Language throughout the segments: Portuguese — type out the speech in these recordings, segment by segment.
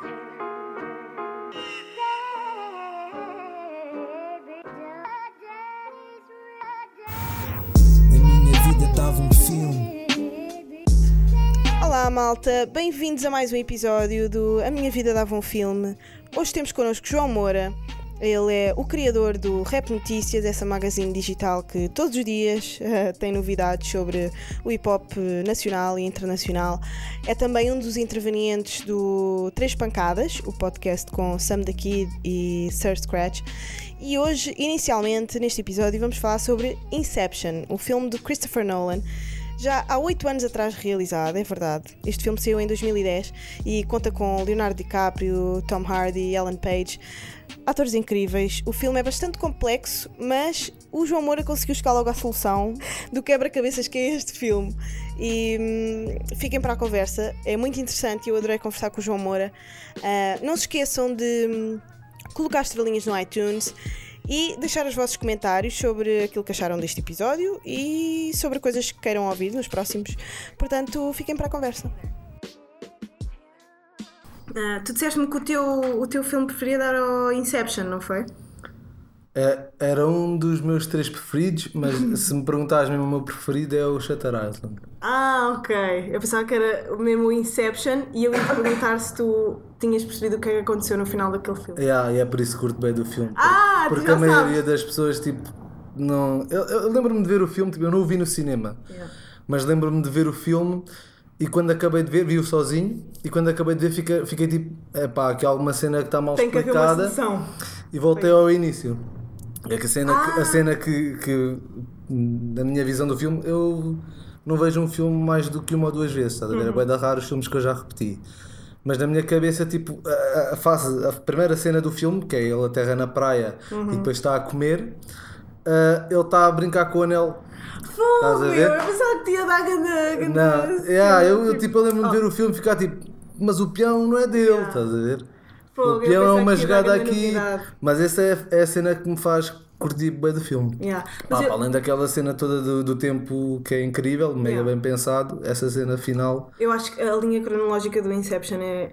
Olá malta, bem-vindos a mais um episódio do A Minha Vida Dava um Filme. Hoje temos connosco João Moura. Ele é o criador do Rap Notícias, essa magazine digital que todos os dias tem novidades sobre o hip-hop nacional e internacional. É também um dos intervenientes do Três Pancadas, o podcast com Sam the Kid e Sir Scratch. E hoje, inicialmente, neste episódio, vamos falar sobre Inception, o filme de Christopher Nolan. Já há 8 anos atrás realizado, é verdade. Este filme saiu em 2010 e conta com Leonardo DiCaprio, Tom Hardy e Ellen Page. Atores incríveis. O filme é bastante complexo, mas o João Moura conseguiu chegar logo à solução do quebra-cabeças que é este filme. E fiquem para a conversa, é muito interessante e eu adorei conversar com o João Moura. Não se esqueçam de colocar estrelinhas no iTunes e deixar os vossos comentários sobre aquilo que acharam deste episódio e sobre coisas que queiram ouvir nos próximos. Portanto, fiquem para a conversa. Tu disseste-me que o teu filme preferido era o Inception, não foi? Era um dos meus 3 preferidos, mas se me perguntares mesmo o meu preferido é o Shutter Island. Ok. Eu pensava que era mesmo o Inception e eu ia te perguntar se tu tinhas percebido o que é que aconteceu no final daquele filme. E é por isso que curto bem do filme. Porque tu a maioria sabes. das pessoas, tipo, não... Eu lembro-me de ver o filme, tipo, eu não o vi no cinema, mas lembro-me de ver o filme e quando acabei de ver, vi-o sozinho e quando acabei de ver fiquei tipo, aqui há alguma cena que está mal Tem que haver uma explicada solução. e voltei ao início. É que a cena que na minha visão do filme, eu não vejo um filme mais do que uma ou duas vezes, estás a ver? É bem da raro os filmes que eu já repeti. Mas na minha cabeça, tipo, a primeira cena do filme, que é ele aterra na praia e depois está a comer, ele está a brincar com o anel. Estás a ver? Eu pensava que tinha dado Eu lembro-me de ver o filme e ficar tipo, mas o peão não é dele, estás a ver? O peão é uma jogada aqui, mas essa é a cena que me faz curtir bem do filme. Além daquela cena toda do tempo que é incrível, mega bem pensado, essa cena final. Eu acho que a linha cronológica do Inception é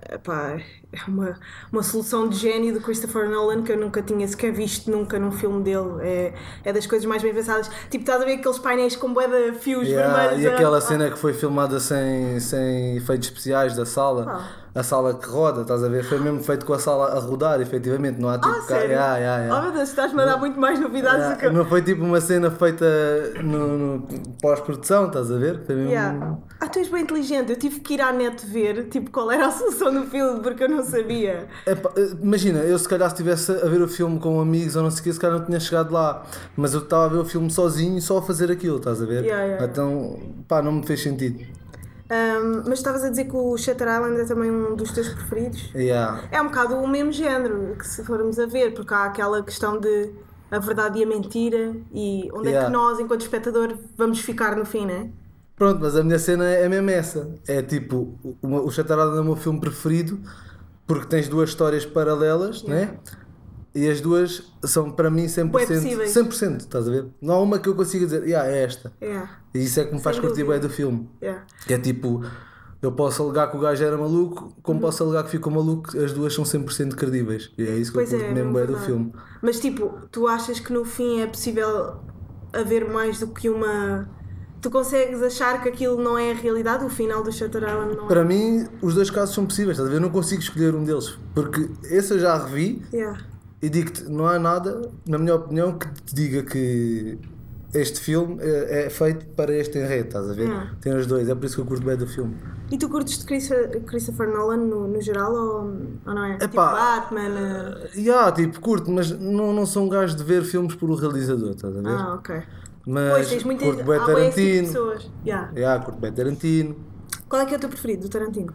uma solução de gênio do Christopher Nolan que eu nunca tinha sequer visto nunca num filme dele. É das coisas mais bem pensadas. Tipo, estás a ver aqueles painéis com bué de fios vermelhos. E aquela cena que foi filmada sem efeitos especiais da sala. A sala que roda, estás a ver? Foi mesmo feito com a sala a rodar, efetivamente. Não há tipo... Sério? Oh meu Deus, estás-me a dar muito mais novidades do que... Não foi tipo uma cena feita no pós-produção, estás a ver? Foi mesmo... Tu és bem inteligente. Eu tive que ir à net ver tipo, qual era a solução do filme, porque eu não sabia. Imagina, eu se calhar se estivesse a ver o filme com amigos ou não sei o que, se calhar não tinha chegado lá. Mas eu estava a ver o filme sozinho e só a fazer aquilo, estás a ver? Então, não me fez sentido. Mas estavas a dizer que o Shutter Island é também um dos teus preferidos? É um bocado o mesmo género, que se formos a ver, porque há aquela questão de a verdade e a mentira e onde é que nós, enquanto espectador, vamos ficar no fim, não é? Pronto, mas a minha cena é mesmo essa. É tipo, o Shutter Island é o meu filme preferido porque tens 2 histórias paralelas, né? E as duas são para mim 100%, 100%, estás a ver? Não há uma que eu consiga dizer, é esta. E isso é que me faz curtir bem do filme. Que é tipo, eu posso alegar que o gajo era maluco, como posso alegar que ficou maluco, as duas são 100% credíveis. E é isso que eu curto mesmo bem do filme. Mas tipo, tu achas que no fim é possível haver mais do que uma... Tu consegues achar que aquilo não é a realidade, o final do Shutter Island não é? Para mim, os 2 casos são possíveis, estás a ver? Eu não consigo escolher um deles, porque esse eu já revi. E digo-te, não há nada, na minha opinião, que te diga que este filme é feito para este enredo, estás a ver? Tem os 2, é por isso que eu curto bem do filme. E tu curtes de Christopher Nolan no geral ou não é? Tipo Batman? Tipo, curto, mas não sou um gajo de ver filmes por o realizador, estás a ver? Ok. Mas tens muita... curto bem Tarantino. Pessoas. Curto bem Tarantino. Qual é que é o teu preferido do Tarantino?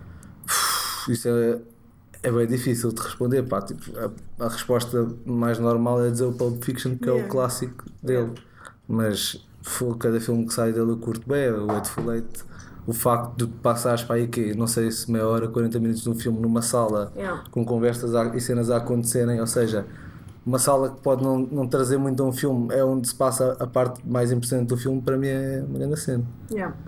Isso é bem difícil de responder, tipo, a resposta mais normal é dizer o Pulp Fiction, que é o clássico dele, mas cada filme que sai dele eu curto bem, o Hateful Eight, o facto de passares para aí que não sei se meia hora, 40 minutos de um filme numa sala com conversas e cenas a acontecerem, ou seja, uma sala que pode não trazer muito a um filme, é onde se passa a parte mais importante do filme, para mim é uma grande cena.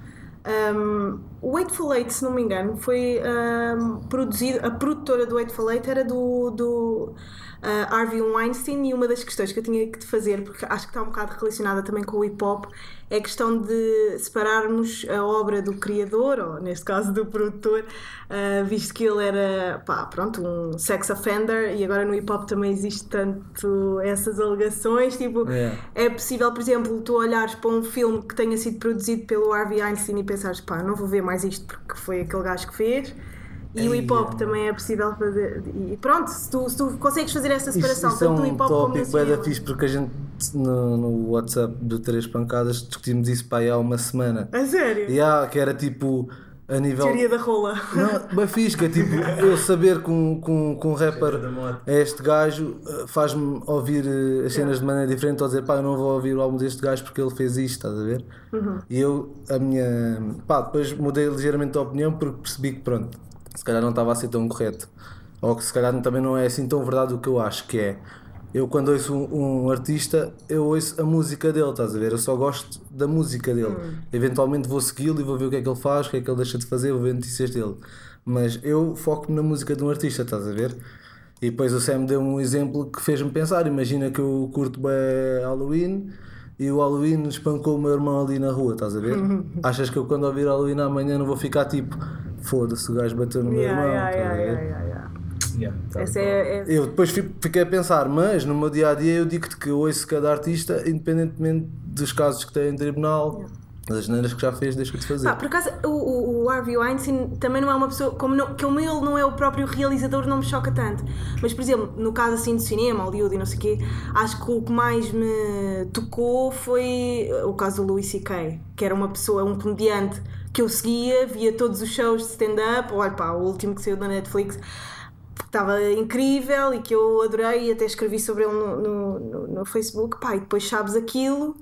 O Hateful Eight, se não me engano, foi produzido. A produtora do Hateful Eight era do Harvey Weinstein, e uma das questões que eu tinha que te fazer, porque acho que está um bocado relacionada também com o hip hop, é a questão de separarmos a obra do criador, ou neste caso do produtor, visto que ele era, um sex offender, e agora no hip hop também existe tanto essas alegações. Tipo, é possível, por exemplo, tu olhares para um filme que tenha sido produzido pelo Harvey Weinstein e pensares, não vou ver mais isto porque foi aquele gajo que fez. E o hip hop também é possível fazer. E pronto, se tu consegues fazer essa separação, isso tanto do hip hop como do cinema. É da fixe, porque a gente no WhatsApp do Três Pancadas discutimos isso há uma semana. A sério? Que era tipo a nível. Teoria da rola. Não, bem fixe, que é tipo eu saber que um rapper é este gajo, faz-me ouvir as cenas de maneira diferente, ou dizer eu não vou ouvir o álbum deste gajo porque ele fez isto, estás a ver? E eu, depois mudei ligeiramente de opinião porque percebi que pronto, se calhar não estava a ser tão correto, ou que se calhar também não é assim tão verdade o que eu acho que é. Eu quando ouço um artista, eu ouço a música dele, estás a ver? Eu só gosto da música dele. Eventualmente vou segui-lo e vou ver o que é que ele faz, o que é que ele deixa de fazer, vou ver notícias dele. Mas eu foco-me na música de um artista, estás a ver? E depois o Sam deu um exemplo que fez-me pensar. Imagina que eu curto bem Halloween e o Halloween espancou o meu irmão ali na rua, estás a ver? Achas que eu quando ouvir Halloween amanhã não vou ficar tipo foda-se, o gajo bateu no meu irmão, estás a ver? Eu depois fiquei a pensar, mas no meu dia a dia eu digo-te que eu ouço cada artista, independentemente dos casos que tem em tribunal, das neiras que já fez, deixa de fazer. Por acaso o Harvey Weinstein também não é uma pessoa, como ele não é o próprio realizador, não me choca tanto. Mas por exemplo, no caso assim de cinema, Hollywood e não sei o quê, acho que o que mais me tocou foi o caso do Louis C.K., que era uma pessoa, um comediante que eu seguia, via todos os shows de stand-up. Olha o último que saiu da Netflix estava incrível e que eu adorei, e até escrevi sobre ele no Facebook. E depois sabes aquilo,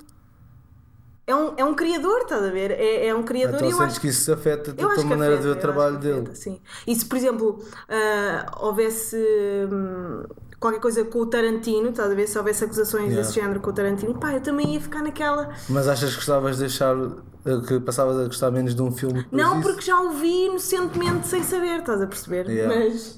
é um criador, estás a ver? É um criador. Então, e eu acho que isso afeta a tua maneira de ver o trabalho dele. Sim. E se por exemplo houvesse qualquer coisa com o Tarantino, estás a ver? Se houvesse acusações desse género com o Tarantino, eu também ia ficar naquela. Mas achas que gostavas de deixar, que passavas a gostar menos de um filme? Não, porque já o vi inocentemente sem saber, estás a perceber? Mas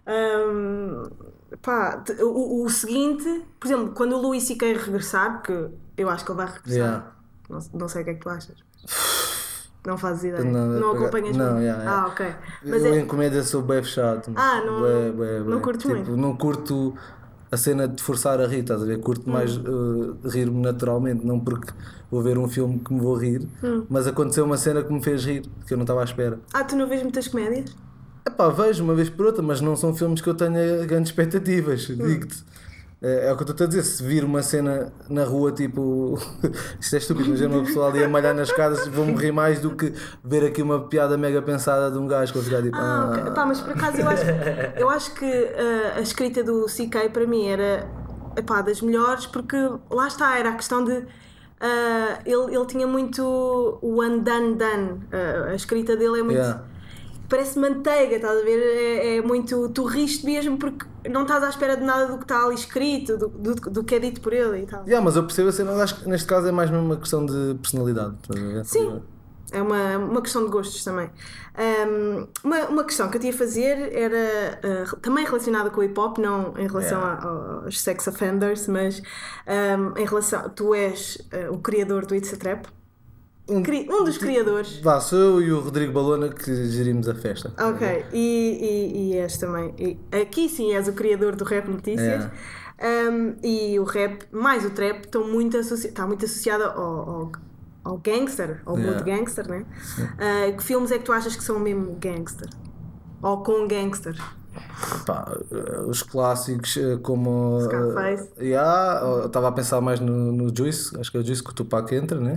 o seguinte, por exemplo, quando o Louis C.K. regressar, porque eu acho que ele vai regressar, não sei o que é que tu achas. Não fazes ideia, não acompanhas muito. Ok. Mas eu em comédia sou bem fechado. Não curto muito. Não curto a cena de forçar a rir, estás a ver? Curto mais rir-me naturalmente, não porque vou ver um filme que me vou rir, mas aconteceu uma cena que me fez rir, que eu não estava à espera. Tu não vês muitas comédias? Vejo uma vez por outra, mas não são filmes que eu tenha grandes expectativas, digo-te. É o que eu estou a dizer, se vir uma cena na rua tipo isto é estúpido, mas é uma pessoa ali a malhar nas escadas, vou-me rir mais do que ver aqui uma piada mega pensada de um gajo que eu ficar tipo okay. Mas por acaso eu acho que a escrita do C.K. para mim era das melhores, porque lá está, era a questão de ele tinha muito o undone done, a escrita dele é muito parece manteiga, estás a ver? É muito. Tu riste mesmo porque não estás à espera de nada do que está ali escrito, do que é dito por ele e tal. Mas eu percebo assim, acho que neste caso é mais mesmo uma questão de personalidade. Sim, é uma questão de gostos também. Uma questão que eu tinha a fazer era também relacionada com o hip hop, não em relação aos sex offenders, mas em relação. Tu és o criador do It's a Trap. Um dos criadores. Sou eu e o Rodrigo Balona que gerimos a festa. Ok, e és também. Aqui sim és o criador do Rap Notícias. E o rap, mais o trap, está muito associado ao gangster, ao mood gangster, né? Que filmes é que tu achas que são mesmo gangster? Ou com gangster? Os clássicos como Scarface. Estava a pensar mais no Juice, acho que é o Juice que o Tupac entra, né?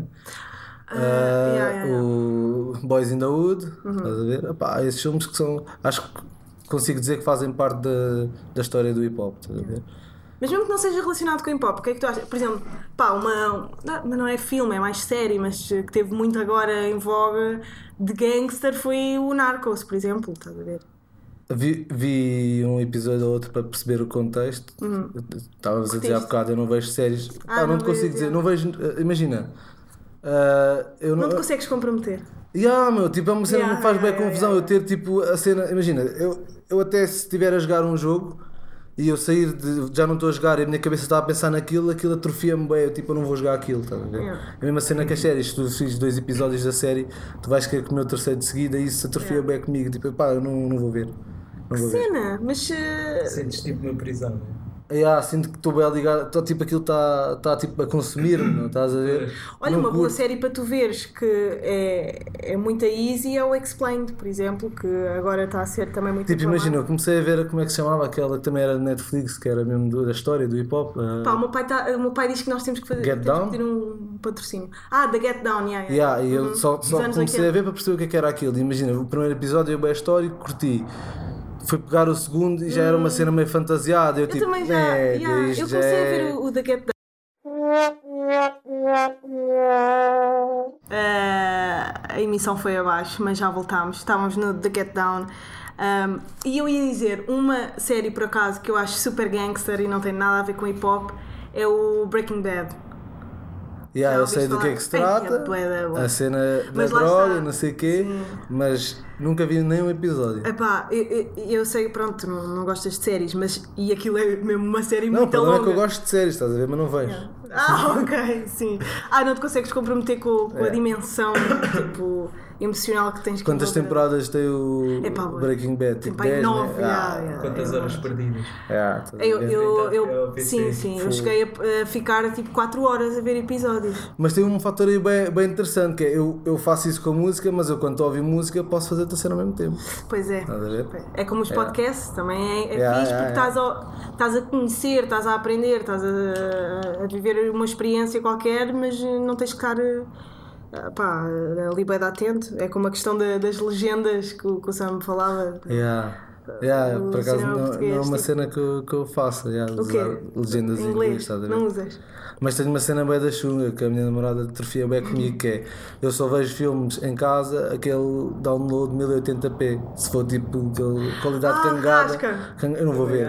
O Boys in the Hood, estás a ver? Esses filmes que são, acho que consigo dizer que fazem parte da história do hip hop, estás a ver? Mas mesmo que não seja relacionado com o hip hop, o que é que tu achas? Por exemplo, não é filme, é mais série, mas que teve muito agora em voga de gangster foi o Narcos, por exemplo, estás a ver? Vi um episódio ou outro para perceber o contexto. Estavas a dizer há bocado, eu não vejo séries. Não te consigo dizer, não vejo. Imagina, Eu não te consegues comprometer. Meu, tipo, é uma cena que me faz bem confusão. Eu ter tipo a cena. Imagina, eu até se estiver a jogar um jogo e eu sair já não estou a jogar e a minha cabeça está a pensar naquilo, aquilo atrofia-me bem. Eu não vou jogar aquilo, estás a ver? É a mesma cena que as séries. Se tu fiz 2 episódios da série, tu vais querer comer o 3º de seguida e isso atrofia bem comigo. Tipo, eu não vou ver. Que cena, mas. Sentes tipo uma prisão, não é? Sinto que estou bem ligado, tipo, aquilo está tipo a consumir-me, não estás a ver? Olha, uma boa série para tu veres que é muito easy é o Explained, por exemplo, que agora está a ser também muito tipo, imagina, eu comecei a ver como é que se chamava aquela que também era de Netflix, que era mesmo da história do hip hop. Pá, o meu pai diz que nós temos que fazer Get Down? pedir um patrocínio. Da Get Down, E eu só comecei a ver para perceber o que era aquilo. Imagina, o primeiro episódio eu bem a história e curti. Fui pegar o segundo e já era uma cena meio fantasiada. Eu tipo, também já. Eu comecei a ver o The Get Down. A emissão foi abaixo, mas já voltámos. Estávamos no The Get Down. E eu ia dizer, uma série por acaso que eu acho super gangster e não tem nada a ver com hip hop é o Breaking Bad. Eu sei do que é que se trata, a cena da droga, não sei o quê, mas nunca vi nenhum episódio. Epá, eu sei, pronto, não gostas de séries, mas e aquilo é mesmo uma série muito longa. Não, o problema é que eu gosto de séries, estás a ver, mas não vejo. Ok, sim. Não te consegues comprometer com a dimensão, tipo, emocional que tens que Quantas temporadas tem o Breaking Bad? Tipo 10, 9, quantas horas perdidas? Sim, eu cheguei a ficar tipo 4 horas a ver episódios. Mas tem um fator aí bem interessante, que é eu faço isso com a música, mas eu quando estou a ouvir música posso fazer outra cena ao mesmo tempo. Pois é. É como os podcasts, também é fixe porque estás a conhecer, estás a aprender, estás a viver uma experiência qualquer, mas não tens que estar ali bem atento. É como a questão das legendas que o Sam falava. Por acaso não é uma cena que eu faço, usar legendas em inglês, estás a ver? Não usas? Mas tenho uma cena bem da chunga que a minha namorada atrofia bem comigo, que é eu só vejo filmes em casa aquele download 1080p, se for tipo qualidade cangada, eu não vou ver,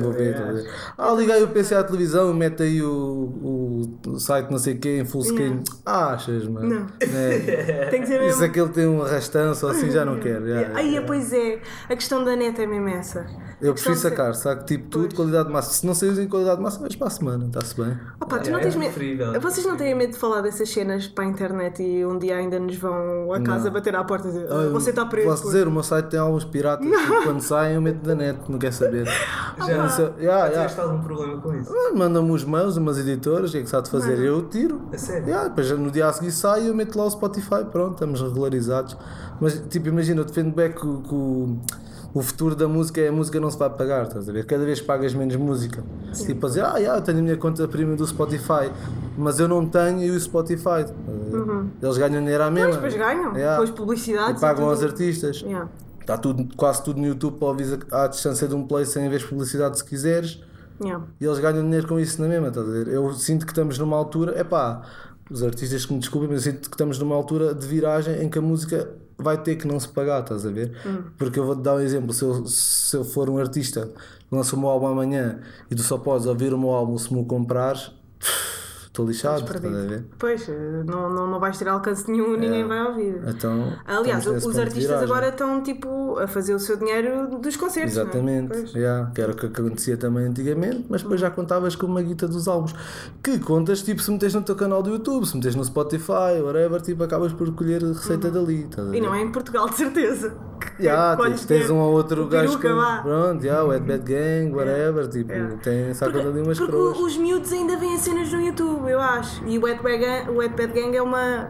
liguei o PC à televisão, mete aí o site não sei o que em full screen, achas, mano? Não. Tem que ser mesmo. Se aquele tem um arrastanço assim já não quero. Pois é, a questão da net é mesmo essa. Eu prefiro saco tipo tudo, qualidade máxima. Se não saís em qualidade máxima, vais para a semana, está-se bem. Tu não tens medo. Vocês não têm medo de falar dessas cenas para a internet e um dia ainda nos vão a casa bater à porta e dizer você está preso? Posso dizer, o meu site tem alguns piratas que quando saem eu meto da net, não quer saber. Já tiveste algum problema com isso? Mandam-me os mails, umas editoras, o que é que sabe de fazer? Eu tiro. A sério? Depois no dia a seguir sai e eu meto lá o Spotify, pronto, estamos regularizados. Mas tipo, imagina, eu defendo bem que o futuro da música é a música não se vai pagar, estás a ver? Cada vez pagas menos música. Tipo a dizer, eu tenho a minha conta premium do Spotify, mas eu não tenho e o Spotify. Eles ganham dinheiro à mesma. Depois ganham, depois publicidade. E pagam aos artistas. Está quase tudo no YouTube para ouvir à distância de um play sem haver publicidade se quiseres. E eles ganham dinheiro com isso na mesma, estás a ver? Eu sinto que estamos numa altura, os artistas que me desculpem, mas eu sinto que estamos numa altura de viragem em que a música vai ter que não se pagar, estás a ver? Porque eu vou-te dar um exemplo, se eu for um artista que lança o meu álbum amanhã e tu só podes ouvir o meu álbum se me o comprares, estou lixado, estás a ver? Pois, não vais ter alcance nenhum, ninguém vai ouvir. Então, aliás, os artistas agora estão tipo a fazer o seu dinheiro dos concertos. Exatamente, que era o que acontecia também antigamente, mas depois já contavas com uma guita dos álbuns que contas, tipo, se metes no teu canal do YouTube, se metes no Spotify, whatever, tipo, acabas por colher receita dali. E não é em Portugal, de certeza. Tens um ou outro gajo que o Wet Bad Gang, whatever, tipo, tem sacado ali umas croas. Porque os miúdos ainda veem cenas no YouTube, eu acho, e o Wet Bad Gang é uma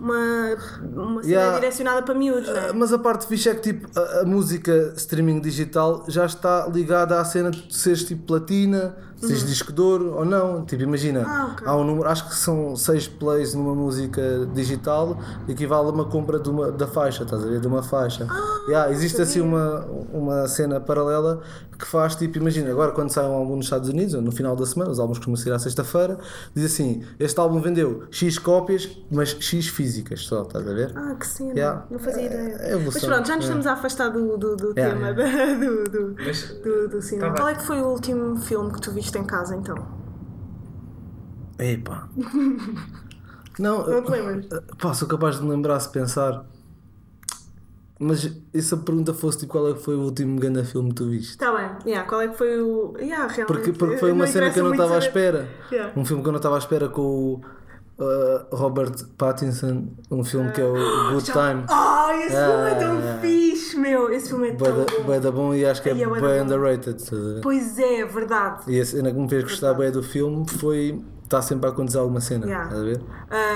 cena direcionada para miúdos, não é? Mas a parte fixe é que tipo, a música streaming digital já está ligada à cena de seres tipo platina, seres disco de ouro ou não. Tipo, imagina, há um número, acho que são 6 plays numa música digital, equivale a uma compra da faixa, estás a ver? De uma faixa. Existe assim uma cena paralela que faz tipo, imagina, agora quando sai um álbum nos Estados Unidos, no final da semana, os álbuns costumam sair à sexta-feira, diz assim, este álbum vendeu X cópias, mas X físicas só, estás a ver? Que cena, não fazia ideia. Mas pronto, já nos estamos a afastar do tema do cinema. Qual é que foi o último filme que tu viste em casa então? Não te lembras? Pá, sou capaz de me lembrar se pensar. Mas e se a pergunta fosse tipo, qual é que foi o último grande filme que tu viste? Está bem, qual é que foi o. Realmente. Porque foi uma cena que eu não estava à espera. Yeah. Um filme que eu não estava à espera com o Robert Pattinson, um filme que é o Good Time. Esse filme é tão fixe, meu! Esse filme é tão bom. Bué da bom e acho que é bué da bem bom. underrated. Estás a ver? Pois é, verdade. E a cena que me fez gostar bem do filme foi. Está sempre a acontecer alguma cena. Yeah. Estás a ver?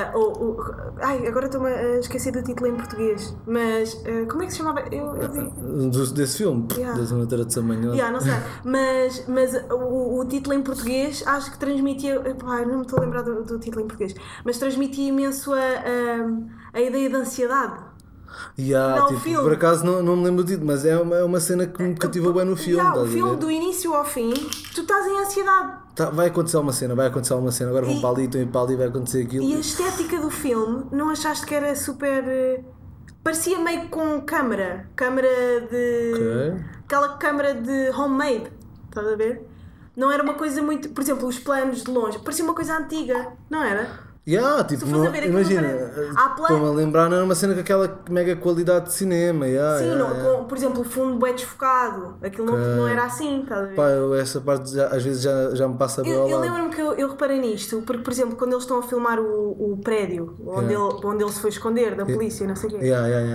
Agora estou-me a esquecer do título em português, mas como é que se chamava? Desse filme, Yeah. dessa maneira de samanhosa. Não sei, mas o título em português acho que transmitia. Não me estou a lembrar do título em português, mas transmitia imenso a ideia de ansiedade. Tipo, por acaso não me lembro do título, mas é uma cena que me cativou bem no filme. O filme do início ao fim, tu estás em ansiedade. Vai acontecer uma cena, agora vão para ali, estão para ali, vai acontecer aquilo. E a estética do filme, não achaste que era super. Parecia meio com câmara de. Ok. Aquela câmara de homemade, estás a ver? Não era uma coisa muito. Por exemplo, os planos de longe, parecia uma coisa antiga, não era? Tipo, imagina, estou-me a lembrar, não era uma cena com aquela mega qualidade de cinema. Por exemplo, o fundo é desfocado, aquilo não era assim, estás a ver? Pá, essa parte às vezes já me passa bem ao lado. Eu lembro-me que eu reparei nisto, porque, por exemplo, quando eles estão a filmar o prédio onde ele se foi esconder da polícia, não sei o quê,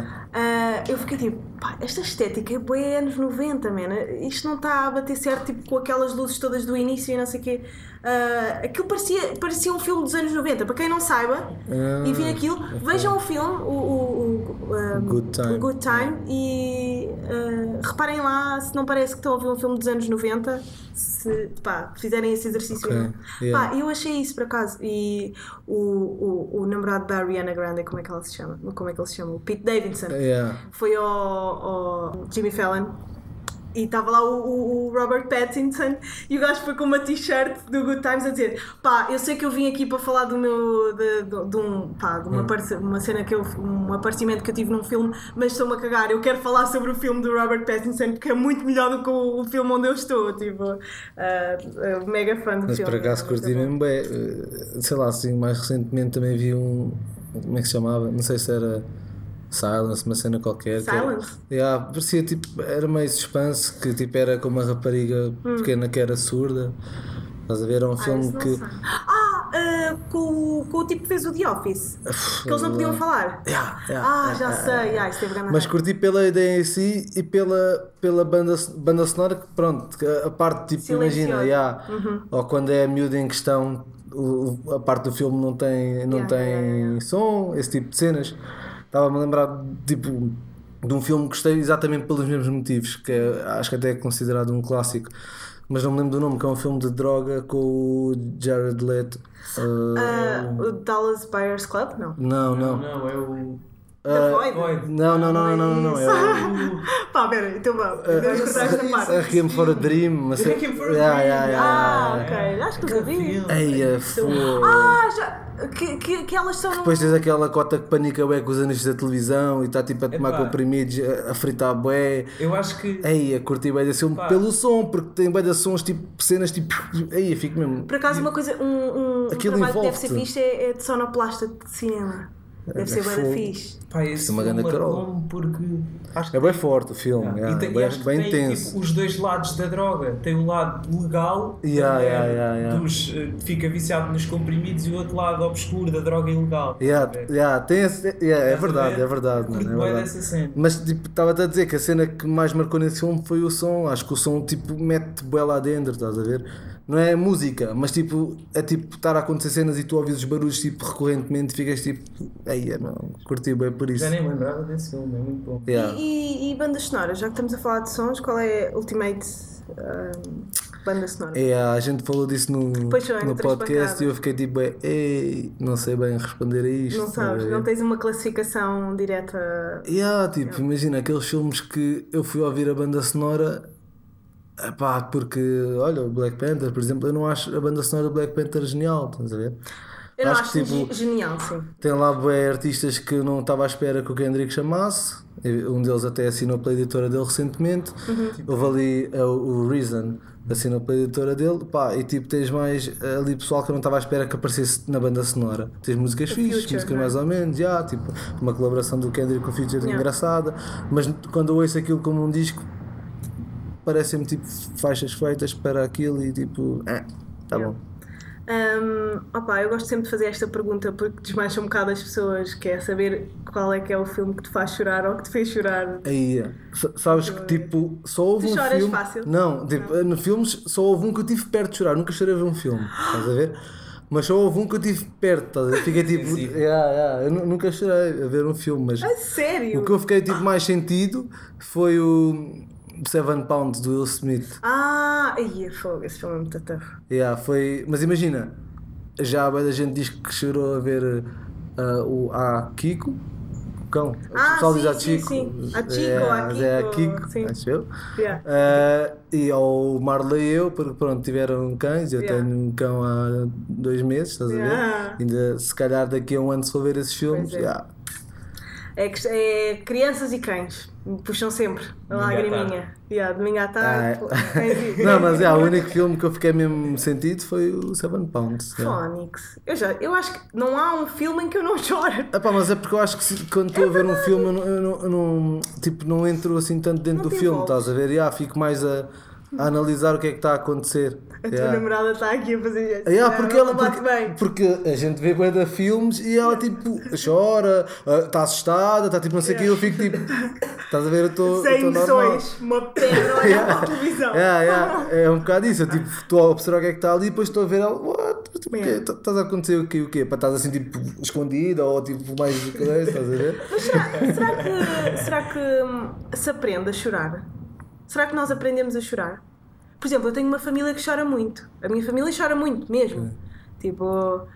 eu fiquei tipo, pá, esta estética é bem anos 90, man. Isto não está a bater certo tipo, com aquelas luzes todas do início e não sei o quê. Aquilo parecia um filme dos anos 90. Para quem não saiba e vir aquilo, vejam o filme, o Good Time e reparem lá se não parece que estão a ver um filme dos anos 90, se fizerem esse exercício. Eu achei isso por acaso. E o namorado da Ariana Grande, como é que ele se chama? O Pete Davidson. Foi ao Jimmy Fallon. E estava lá o Robert Pattinson e o gajo foi com uma t-shirt do Good Times a dizer: pá, eu sei que eu vim aqui para falar de uma cena um aparecimento que eu tive num filme, mas estou-me a cagar, eu quero falar sobre o filme do Robert Pattinson porque é muito melhor do que o filme onde eu estou. Tipo, mega fã do mas filme. Mas por acaso curti mesmo bem, sei lá, assim, mais recentemente também vi como é que se chamava? Não sei se era Silence, uma cena qualquer. Silence? Parecia tipo, era meio suspense, que tipo era com uma rapariga pequena que era surda. Estás a ver? Era um filme que. Com o tipo que fez o The Office, que eles não podiam falar. Já sei, isso teve grande. Mas curti pela ideia em si e pela banda sonora, que pronto, a parte tipo, imagina, ou quando é a miúda em questão, a parte do filme não tem som, esse tipo de cenas. Estava-me a lembrar tipo, de um filme que gostei exatamente pelos mesmos motivos, que acho que até é considerado um clássico, mas não me lembro do nome, que é um filme de droga com o Jared Leto. O Dallas Buyers Club? Não, é o... The Void? Não. Pá, pera, então vamos. A Requiem for a Dream. Requiem for a Dream. Ok, acho que eu vi. Que elas são. Depois tens aquela cota que panica bué com os anos da televisão e está tipo a tomar comprimidos, a fritar bué. Eu acho que. Curti bué desse filme pelo som, porque tem bué de sons, tipo cenas tipo. Fico mesmo. Por acaso, uma coisa, um trabalho que deve ser fixe é de sonoplasta de cinema. Deve ser bem fixe. Pá, esse uma grande carol. Porque acho que é bem forte o filme. E acho que bem tem, intenso. Tipo, os dois lados da droga. Tem o lado legal, fica viciado nos comprimidos, e o outro lado obscuro da droga ilegal. Tem esse, é verdade. Mano, é dessa cena. Mas tipo, estava-te a dizer que a cena que mais marcou nesse filme foi o som. Acho que o som tipo, mete bué lá dentro, estás a ver? Não é música, mas tipo, é tipo estar a acontecer cenas e tu ouves os barulhos tipo, recorrentemente e ficas tipo, curti bem por isso. Já nem lembrava desse filme, é muito bom. E bandas sonoras, já que estamos a falar de sons, qual é a Ultimate banda sonora? A gente falou disso no podcast e eu fiquei tipo, não sei bem responder a isto. Não sabes, não tens uma classificação direta. Imagina aqueles filmes que eu fui ouvir a banda sonora. Porque, olha, o Black Panther, por exemplo, eu não acho a banda sonora do Black Panther genial, estás a ver? Eu não acho tipo, genial, sim. Tem lá bué artistas que não estava à espera que o Kendrick chamasse. Um deles até assinou pela editora dele recentemente. Houve ali o Reason, assinou pela editora dele. Pá, e tipo, tens mais ali pessoal que eu não estava à espera que aparecesse na banda sonora. Tens músicas fixes, músicas mais ou menos, tipo, uma colaboração do Kendrick com o Future engraçada. Mas quando eu ouço aquilo como um disco, parecem-me tipo faixas feitas para aquilo e tipo, tá bom. Eu gosto sempre de fazer esta pergunta porque desmancha um bocado as pessoas, que é saber qual é que é o filme que te faz chorar ou que te fez chorar. Aí, sabes que tipo, só houve tu um filme. Fácil? Não, tipo, no filmes só houve um que eu tive perto de chorar, nunca chorei a ver um filme, estás a ver? Mas só houve um que eu tive perto, estás a ver? Fiquei tipo, eu nunca chorei a ver um filme, mas. A sério? O que eu fiquei tipo mais sentido foi o 7 Pounds do Will Smith. Esse filme é muito tough. Foi, mas imagina, já a gente diz que chorou a ver a Kiko, o cão. O pessoal diz a Chico. Sim. A Chico, é a Kiko, sim. acho eu. E ao Marley e eu, porque pronto, tiveram cães, eu tenho um cão há 2 meses, estás a ver? Ainda se calhar daqui a um ano se for ver esses filmes, É crianças e cães, puxam sempre a lagriminha. Domingo à tarde. Não, mas o único filme que eu fiquei mesmo sentido foi o 7 Pounds. Phonics. Eu acho que não há um filme em que eu não choro. Mas é porque eu acho que quando estou a ver um filme eu não entro assim tanto dentro do filme, estás a ver? Fico mais a analisar o que é que está a acontecer. A tua namorada está aqui a fazer isso. Porque a gente vê bué de filmes e ela tipo chora, está assustada, está tipo não sei o que, eu fico tipo, estás a ver, eu estou emoções, uma pedra olhar para a televisão. É um bocado isso, eu tipo, estou a observar o que é que está ali e depois estou a ver ela, estás a acontecer o quê? Para estás assim tipo escondida ou tipo mais estás a ver? Mas será que se aprende a chorar? Será que nós aprendemos a chorar? Por exemplo, eu tenho uma família que chora muito. A minha família chora muito mesmo. Tipo,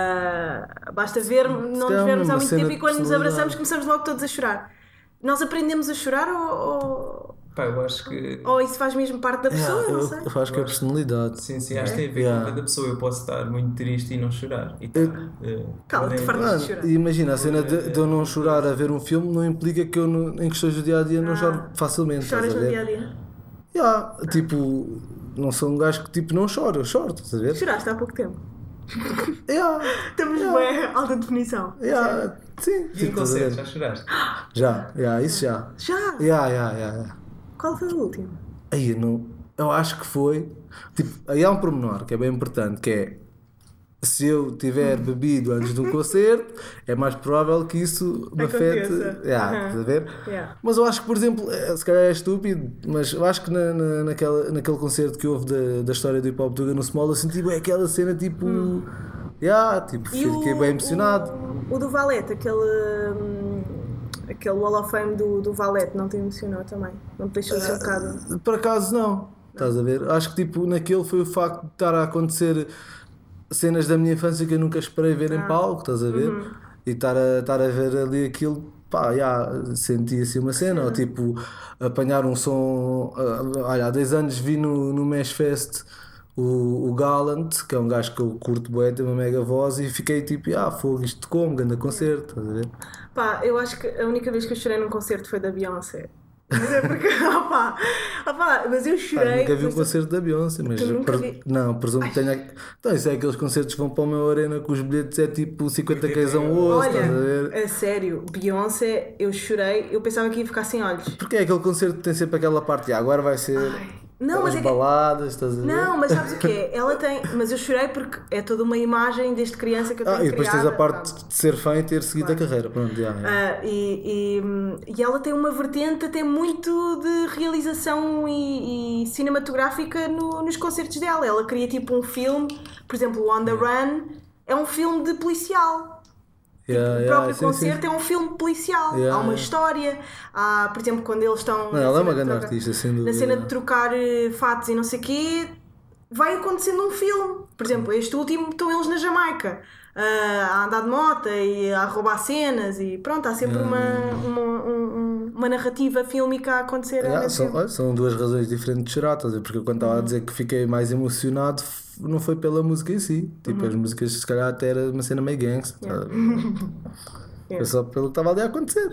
basta ver, não nos vermos há muito tempo e quando nos abraçamos começamos logo todos a chorar. Nós aprendemos a chorar ou eu acho que... Ou isso faz mesmo parte da pessoa, não sei. Eu acho que é a personalidade. Sim, acho que tem a ver com cada pessoa. Eu posso estar muito triste e não chorar. Cala-te, fartas de chorar. Imagina, a cena de eu não chorar a ver um filme não implica que eu em questões do dia-a-dia não choro facilmente. Choras no dia-a-dia? Tipo, não sou um gajo que tipo não choro, eu choro, estás a ver? Choraste há pouco tempo. Estamos bem alta definição. Sim. E em concerto, já choraste? Isso já. Já? Qual foi o último? Eu acho que foi. Tipo, aí há um pormenor que é bem importante, que é se eu tiver bebido antes de um concerto, é mais provável que isso me afete. Estás a ver? Mas eu acho que, por exemplo, se calhar é estúpido, mas eu acho que naquele concerto que houve da história do hip hop no Small, eu senti bem aquela cena tipo. Fiquei bem emocionado. O do Valete, aquele Wall of Fame do Valete, não te emocionou também? Não te deixou assim um bocado? Por acaso não. Estás a ver? Acho que tipo, naquele foi o facto de estar a acontecer cenas da minha infância que eu nunca esperei ver em palco, estás a ver? E estar a ver ali aquilo, senti assim uma cena, ou tipo, apanhar um som. Olha, há 10 anos vi no Mesh Fest o Gallant, que é um gajo que eu curto bué, tem uma mega voz, e fiquei tipo, fogo, isto como, grande concerto, estás a ver? Eu acho que a única vez que eu chorei num concerto foi da Beyoncé. Mas é porque, mas eu chorei. Nunca vi um concerto da Beyoncé, mas presumo que tenha. Então, isso é aqueles concertos que vão para uma arena que os bilhetes é tipo 50 kg a um osso. Olha, estás a ver? A sério, Beyoncé, eu chorei, eu pensava que ia ficar sem olhos. Porque é aquele concerto que tem sempre aquela parte, agora vai ser. As baladas, estás a ver? Não, mas sabes o que é? Ela tem. Mas eu chorei porque é toda uma imagem desde criança que eu tenho criada. E depois tens a parte de ser fã e ter seguido a carreira. Pronto, e ela tem uma vertente até muito de realização e cinematográfica nos concertos dela. Ela cria tipo um filme, por exemplo, o On The Run é um filme de policial. O próprio concerto é um filme policial, há uma história, há, por exemplo, quando eles estão ela é uma grande artista, sem dúvida. Na cena de trocar fatos e não sei o quê, vai acontecendo um filme. Por exemplo, este último, estão eles na Jamaica a andar de moto e a roubar cenas e pronto, há sempre uma uma narrativa fílmica a acontecer. São duas razões diferentes de chorar, porque eu quando estava a dizer que fiquei mais emocionado não foi pela música em si, tipo as músicas se calhar até era uma cena meio gangster. Foi só pelo que estava ali a acontecer.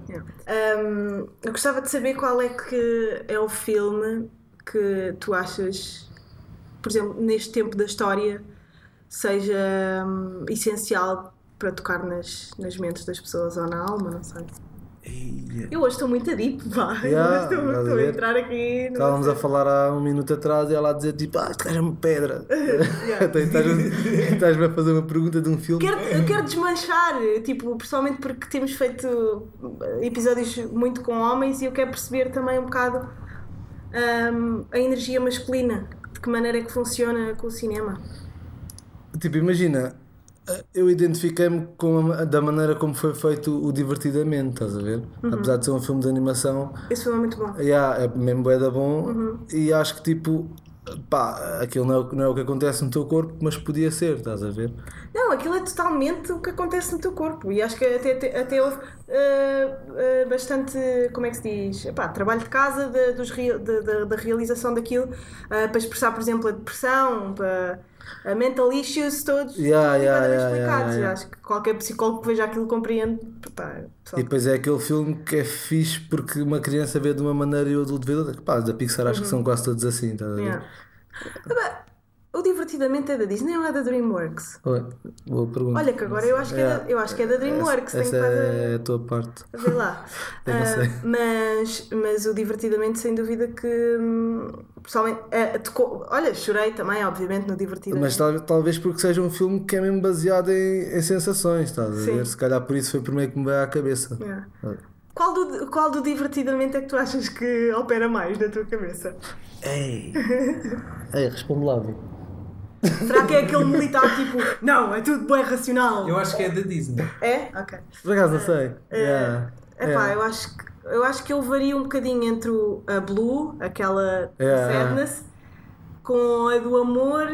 Eu gostava de saber qual é que é o filme que tu achas, por exemplo, neste tempo da história, seja essencial para tocar nas mentes das pessoas ou na alma, não sei. Eu hoje estou muito deep, pá. Estou a entrar aqui. Estávamos a falar há um minuto atrás e ela a dizer tipo, este gajo é uma pedra. Estás-me a fazer uma pergunta de um filme. Eu quero desmanchar, tipo, principalmente porque temos feito episódios muito com homens e eu quero perceber também um bocado a energia masculina, de que maneira é que funciona com o cinema. Tipo, imagina, eu identifiquei-me da maneira como foi feito o Divertidamente, estás a ver? Apesar de ser um filme de animação. Esse filme é muito bom. É mesmo bué da bom e acho que tipo, pá, aquilo não é o que acontece no teu corpo, mas podia ser, estás a ver? Não, aquilo é totalmente o que acontece no teu corpo e acho que até houve bastante, como é que se diz, trabalho de casa da realização daquilo para expressar, por exemplo, a depressão, para mental issues todos explicados. Acho que qualquer psicólogo que veja aquilo compreende. E depois é aquele filme que é fixe porque uma criança vê de uma maneira e o adulto vê de outra. Da Pixar acho que são quase todos assim, estás a ver? O Divertidamente é da Disney ou é da DreamWorks? Boa pergunta. Olha que agora eu acho que é da DreamWorks. Essa é a tua parte. Vê lá. Mas o Divertidamente, sem dúvida que pessoalmente olha, chorei também, obviamente, no Divertidamente. Mas talvez porque seja um filme que é mesmo baseado em sensações, estás a ver? Se calhar por isso foi o primeiro que me veio à cabeça. Qual do Divertidamente é que tu achas que opera mais na tua cabeça? Ei, responde lá, viu? Será que é aquele militar tipo, não, é tudo bem racional? Eu acho que é da Disney. É? Ok. Por acaso não sei. Eu acho que eu vario um bocadinho entre a Blue, aquela Sadness, com a do amor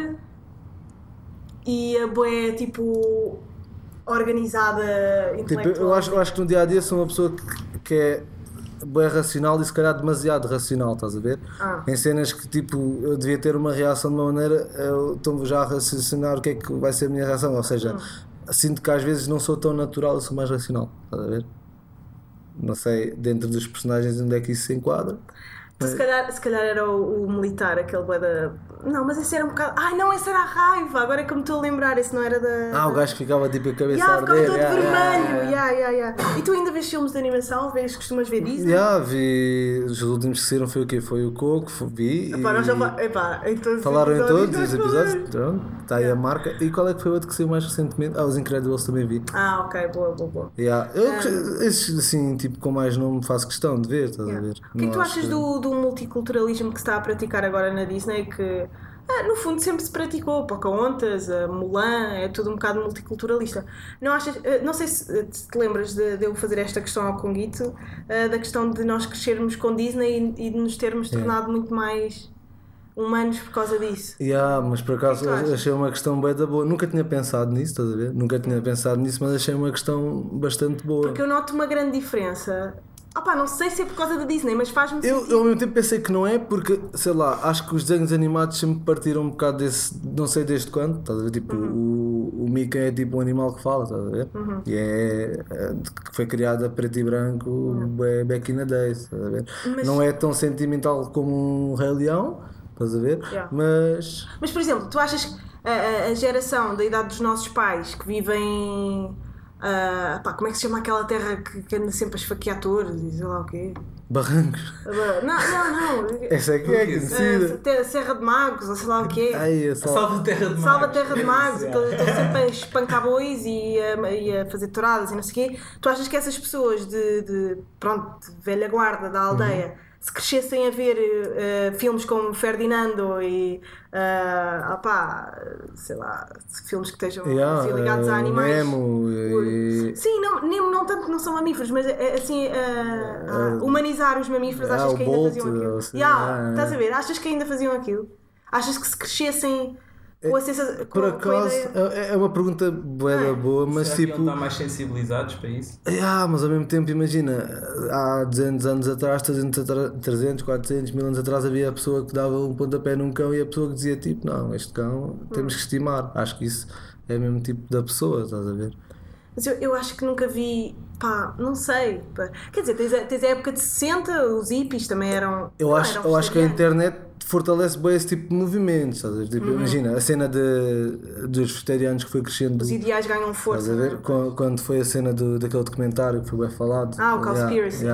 e a boé tipo organizada, intelectual. Tipo, eu acho que no dia a dia sou uma pessoa que é bem racional e se calhar demasiado racional, estás a ver? Em cenas que tipo eu devia ter uma reação de uma maneira, eu estou já a raciocinar o que é que vai ser a minha reação, ou seja, sinto que às vezes não sou tão natural, eu sou mais racional, estás a ver? Não sei dentro dos personagens onde é que isso se enquadra. Se calhar era o militar, aquele bué da... Não, mas esse era um bocado... Ai não, esse era a raiva, agora é que me estou a lembrar, esse não era da... O gajo que ficava tipo a cabeça a arder. Ficava todo vermelho. E tu ainda vês filmes de animação? Costumas ver Disney? Vi, os últimos que saíram foi o quê? Foi o Coco, vi falaram em todos os episódios, pronto, está aí a marca. E qual é que foi o outro que saiu mais recentemente? Os Incredibles também vi. Ok, boa. Esses assim, tipo, com mais nome faço questão de ver, estás a ver? O que tu achas do multiculturalismo que se está a praticar agora na Disney, que no fundo sempre se praticou? Pocahontas, Mulan, é tudo um bocado multiculturalista. Não sei se te lembras de eu fazer esta questão ao Conguito, da questão de nós crescermos com Disney e de nos termos tornado muito mais humanos por causa disso. Mas por acaso achei uma questão bem da boa. Nunca tinha pensado nisso, estás a ver? Mas achei uma questão bastante boa. Porque eu noto uma grande diferença. Não sei se é por causa da Disney, mas faz-me sentido. Eu ao mesmo tempo pensei que não é, porque, sei lá, acho que os desenhos animados sempre partiram um bocado desse, não sei desde quando, estás a ver? Tipo, o Mickey é tipo um animal que fala, estás a ver? E que foi criado a preto e branco back in the days, estás a ver? Não é tão sentimental como um Rei Leão, estás a ver? Mas, por exemplo, tu achas que a geração da idade dos nossos pais que vivem... como é que se chama aquela terra que anda sempre a esfaquear touros e sei lá o quê? Barrancos? Não. Essa é que é conhecida. Serra de Magos ou sei lá o quê? Salva Terra de Magos. Salva Terra de Magos. Estão sempre a espancar bois e a fazer touradas e não sei o quê. Tu achas que essas pessoas de velha guarda da aldeia, se crescessem a ver filmes como Ferdinando e sei lá, filmes que estejam ligados a animais, Nemo sim, Nemo não tanto que não são mamíferos, mas assim humanizar os mamíferos, achas que ainda faziam aquilo? Estás a ver? Achas que ainda faziam aquilo? Achas que se crescessem Com a sensação, por acaso, é uma pergunta boa, mas será tipo. Que não mais sensibilizados para isso? Mas ao mesmo tempo, imagina, há 200 anos atrás, 300, 400, 1000 anos atrás, havia a pessoa que dava um pontapé num cão e a pessoa que dizia tipo, não, este cão temos que estimar. Acho que isso é o mesmo tipo da pessoa, estás a ver? Mas eu acho que nunca vi, não sei. Quer dizer, tens a época de 60, os hippies também eram. Eu acho que a internet fortalece bem esse tipo de movimentos, estás a ver? Tipo, imagina, a cena dos vegetarianos que foi crescendo. Os ideais ganham força. Estás a ver? Quando foi a cena daquele documentário que foi bem falado. O Cowspiracy.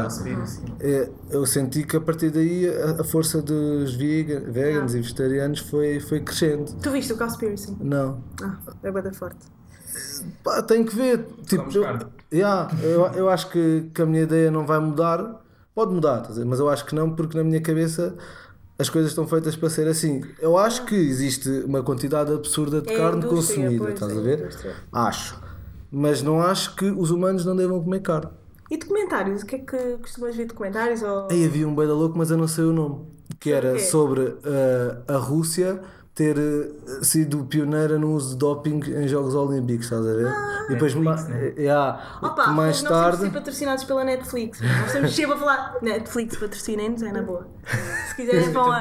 Eu senti que a partir daí a força dos vegans e vegetarianos foi crescendo. Tu viste o Cowspiracy? Não. É bem forte. Tenho que ver. Tipo, eu acho que a minha ideia não vai mudar. Pode mudar, mas eu acho que não, porque na minha cabeça as coisas estão feitas para ser assim. Eu acho que existe uma quantidade absurda de carne consumida, estás a ver? Acho. Mas não acho que os humanos não devam comer carne. E documentários? O que é que costumas ver documentários? Aí havia um bem da louco, mas eu não sei o nome. Que era sobre a Rússia ter sido pioneira no uso de doping em Jogos Olímpicos, estás a ver? E depois mais nós tarde. Nós ser patrocinados pela Netflix. Nós estamos sempre a falar. Netflix patrocinem-nos, é na boa. Se quiserem, vão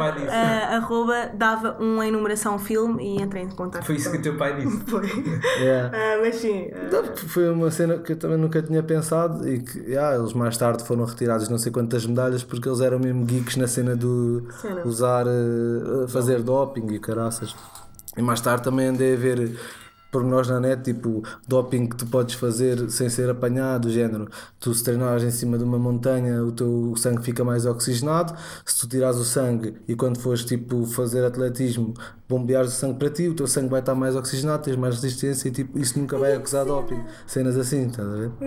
dava um em numeração filme e entrem em contato. Foi isso que o teu pai disse. Foi. Mas sim. Foi uma cena que eu também nunca tinha pensado e que eles mais tarde foram retirados não sei quantas medalhas porque eles eram mesmo geeks na cena do usar, fazer doping e caraças. E mais tarde também andei a ver pormenores na net, tipo doping que tu podes fazer sem ser apanhado, do género, tu se treinares em cima de uma montanha o teu sangue fica mais oxigenado, se tu tirares o sangue e quando fores tipo fazer atletismo bombeares o sangue para ti, o teu sangue vai estar mais oxigenado, tens mais resistência e tipo, isso nunca vai acusar doping, cenas assim, estás a ver?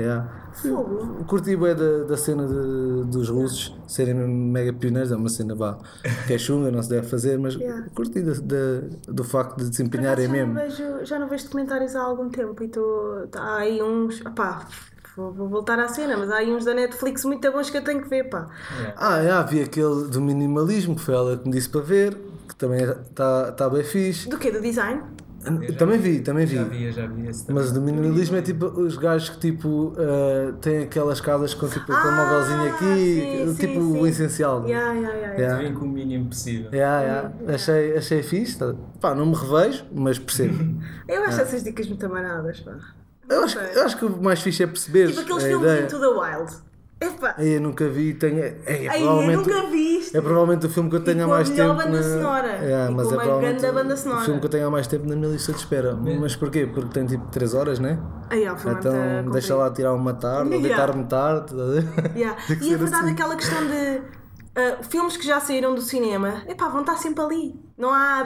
Curti bem da cena dos russos serem mega pioneiros, é uma cena que é chunga, não se deve fazer, mas curti do facto de desempenharem mesmo. Já não vejo documentários há algum tempo e há aí uns. Vou voltar à cena, mas há aí uns da Netflix muito bons que eu tenho que ver, havia aquele do minimalismo que foi ela que me disse para ver, que também está bem fixe. Do quê? Do design? Também vi. Já vi esse. Mas do minimalismo é tipo os gajos que tipo têm aquelas casas com tipo aquele móvelzinho aqui, sim. O essencial. Vem com o mínimo possível. Achei fixe. Não me revejo, mas percebo. Eu acho essas dicas muito amaradas. Eu acho que o mais fixe é perceber. Tipo aqueles filmes Into the Wild. Eu nunca vi, nunca vi isto. É provavelmente o filme que eu tenho há mais tempo. Banda sonora. Mas com uma grande banda sonora. O filme que eu tenho há mais tempo na minha lista de espera. Mas porquê? Porque tem tipo 3 horas, né? Então deixa lá tirar uma tarde ou deitar-me tarde. E a verdade é aquela questão de filmes que já saíram do cinema, vão estar sempre ali. Não há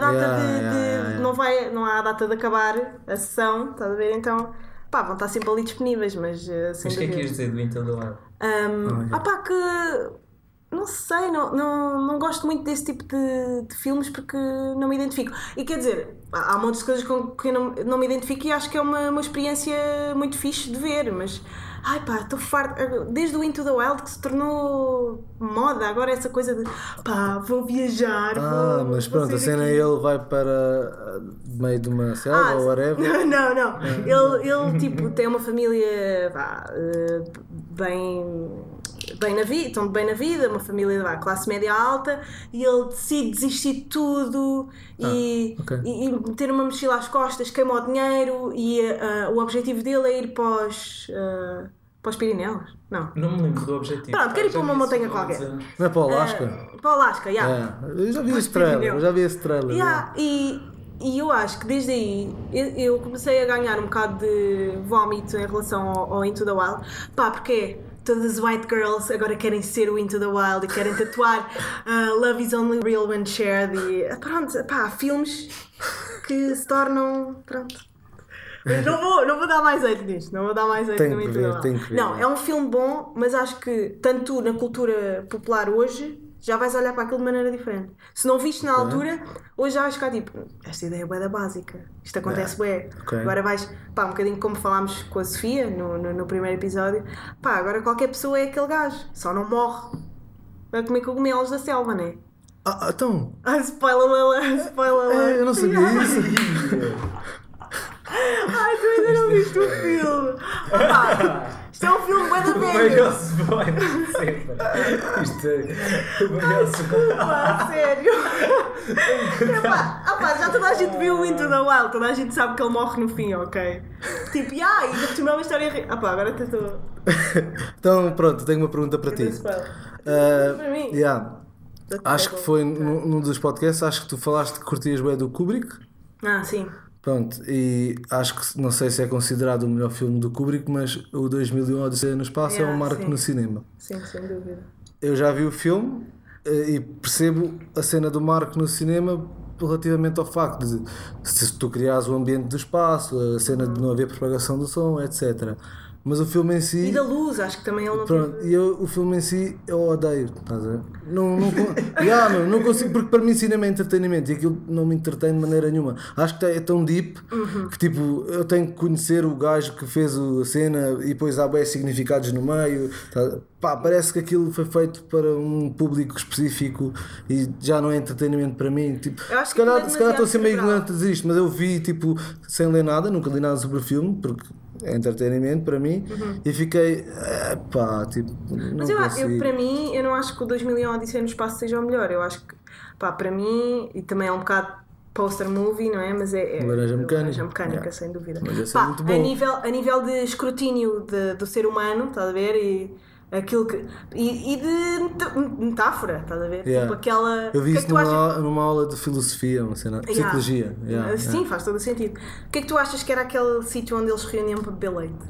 data não há data de acabar a sessão, estás a ver? Então vão estar sempre ali disponíveis, mas o que é que ias dizer do Into the Wild? Que não sei, não gosto muito desse tipo de filmes porque não me identifico. E quer dizer, há montes de coisas com que eu não me identifico e acho que é uma experiência muito fixe de ver, mas estou farto. Desde o Into the Wild que se tornou moda, agora essa coisa de vou viajar. Mas pronto, a cena ele vai para meio de uma selva ou whatever. Não. Ele tipo tem uma família bem na vida, estão bem na vida, uma família de classe média alta, e ele decide desistir de tudo e ter uma mochila às costas, queima o dinheiro e o objetivo dele é ir para os Pirineus? Não me lembro do objetivo. Pronto, quero ir para uma montanha qualquer. Não é para o Alasca? Para o Alasca, Eu já vi esse trailer. E eu acho que desde aí eu comecei a ganhar um bocado de vómito em relação ao Into the Wild. Porque todas as white girls agora querem ser o Into the Wild e querem tatuar Love is only real when shared. E pronto, filmes que se tornam. Pronto. Mas não vou dar mais jeito nisto. Não vou dar mais jeito no Into the Wild. Não, é um filme bom, mas acho que tanto tu na cultura popular hoje já vais olhar para aquilo de maneira diferente. Se não viste na altura, hoje já vais ficar tipo, esta ideia é bué da básica, isto acontece bué. Agora vais, um bocadinho como falámos com a Sofia no primeiro episódio, agora qualquer pessoa é aquele gajo, só não morre a comer cogumelos da selva, não é? Então. Spoiler. Eu não sabia isso. Ai, tu ainda não viste o filme. Isto é um filme bem da velha. O maior spoiler sempre. Isto é o maior spoiler. Sério. Já toda a gente viu o Into the Wild, toda a gente sabe que ele morre no fim, ok? Tipo, e ainda por cima é uma história... agora estou... Então, pronto, tenho uma pergunta para ti. Para mim? Acho que foi num dos podcasts, acho que tu falaste que curtias bem do Kubrick. Sim. Pronto, e acho que, não sei se é considerado o melhor filme do Kubrick, mas o 2001 Odisseia no Espaço é um marco no cinema. Sim, sem dúvida. Eu já vi o filme e percebo a cena do marco no cinema relativamente ao facto de se tu criares o ambiente do espaço, a cena de não haver propagação do som, etc. Mas o filme em si... E da luz, acho que também ele não Pronto, e o filme em si eu odeio, estás a ver? Não consigo, porque para mim cinema é entretenimento e aquilo não me entretém de maneira nenhuma. Acho que é tão deep que tipo, eu tenho que conhecer o gajo que fez a cena e depois há bem significados no meio. Parece que aquilo foi feito para um público específico e já não é entretenimento para mim. Tipo, se calhar estou a ser meio ignorante a dizer isto, mas eu vi tipo, sem ler nada, nunca li nada sobre o filme, porque é entretenimento para mim, e fiquei tipo, não mas eu para mim, eu não acho que o 2001 Odisseia no Espaço seja o melhor. Eu acho que, para mim, e também é um bocado poster movie, não é? Mas é Laranja Mecânica, sem dúvida. Mas é muito bom. A nível de escrutínio do ser humano, estás a ver? E aquilo que... E de metáfora, estás a ver? Tipo aquela... Eu vi isso numa aula de filosofia, uma cena, psicologia. Sim, faz todo o sentido. O que é que tu achas que era aquele sítio onde eles se reuniam para beber leite?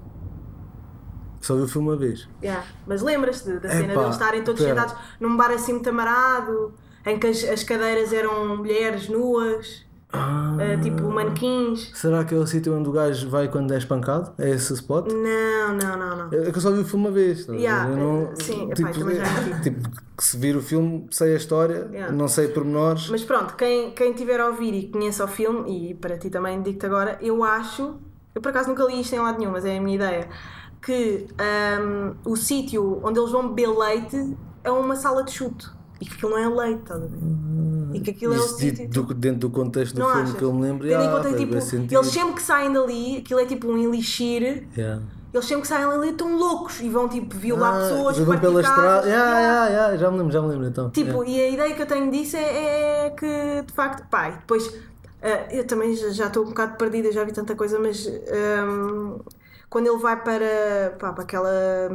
Só vi o filme uma vez. Mas lembras-te da cena de eles estarem todos sentados num bar assim muito amarado, em que as cadeiras eram mulheres nuas, tipo manequins. Será que é o sítio onde o gajo vai quando é espancado? É esse spot? Não. É que eu só vi o filme uma vez. Sim, também já vi. Tipo, se vir o filme, sei a história, não sei pormenores. Mas pronto, quem tiver a ouvir e conheça o filme, e para ti também digo-te agora, eu por acaso nunca li isto em lado nenhum, mas é a minha ideia, que o sítio onde eles vão beber leite é uma sala de chute e que aquilo não é leite, estás a ver? E que aquilo é o sítio dentro do contexto do filme, que eu me lembro, eles sempre que saem dali, aquilo é tipo um elixir. Eles sempre que saem ali estão loucos e vão tipo violar pessoas, vão pela estrada. Já me lembro então. Tipo, e a ideia que eu tenho disso é que de facto, depois eu também já estou um bocado perdida, já vi tanta coisa, mas quando ele vai para aquela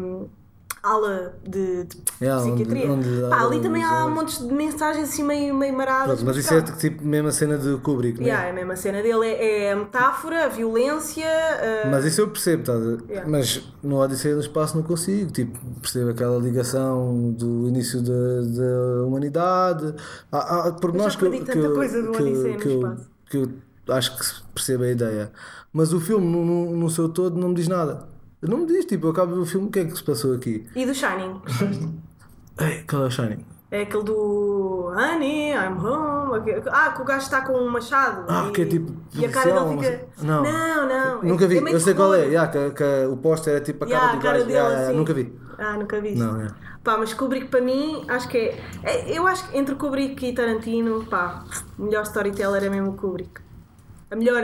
ala de psiquiatria, ali também há um monte de mensagens assim meio maradas. Mas isso é tipo a mesma cena de Kubrick, não é? A mesma cena dele é a metáfora, a violência. Mas isso eu percebo, mas no Odisseia no Espaço não consigo, tipo, percebo aquela ligação do início da humanidade. Por nós que eu acho que percebo a ideia, mas o filme no seu todo não me diz nada. Não me diz, tipo, eu acabo de ver o filme, o que é que se passou aqui? E do Shining? Qual é o Shining? É aquele do Honey, I'm home. Que o gajo está com um machado. Que é tipo. E a cara dele fica. Não. Nunca vi, eu sei qual é. Que o póster é tipo a cara do gajo. Dele, assim. Nunca vi. Nunca vi. Não, mas Kubrick para mim, acho que eu acho que entre Kubrick e Tarantino, o melhor storyteller é mesmo o Kubrick. A melhor.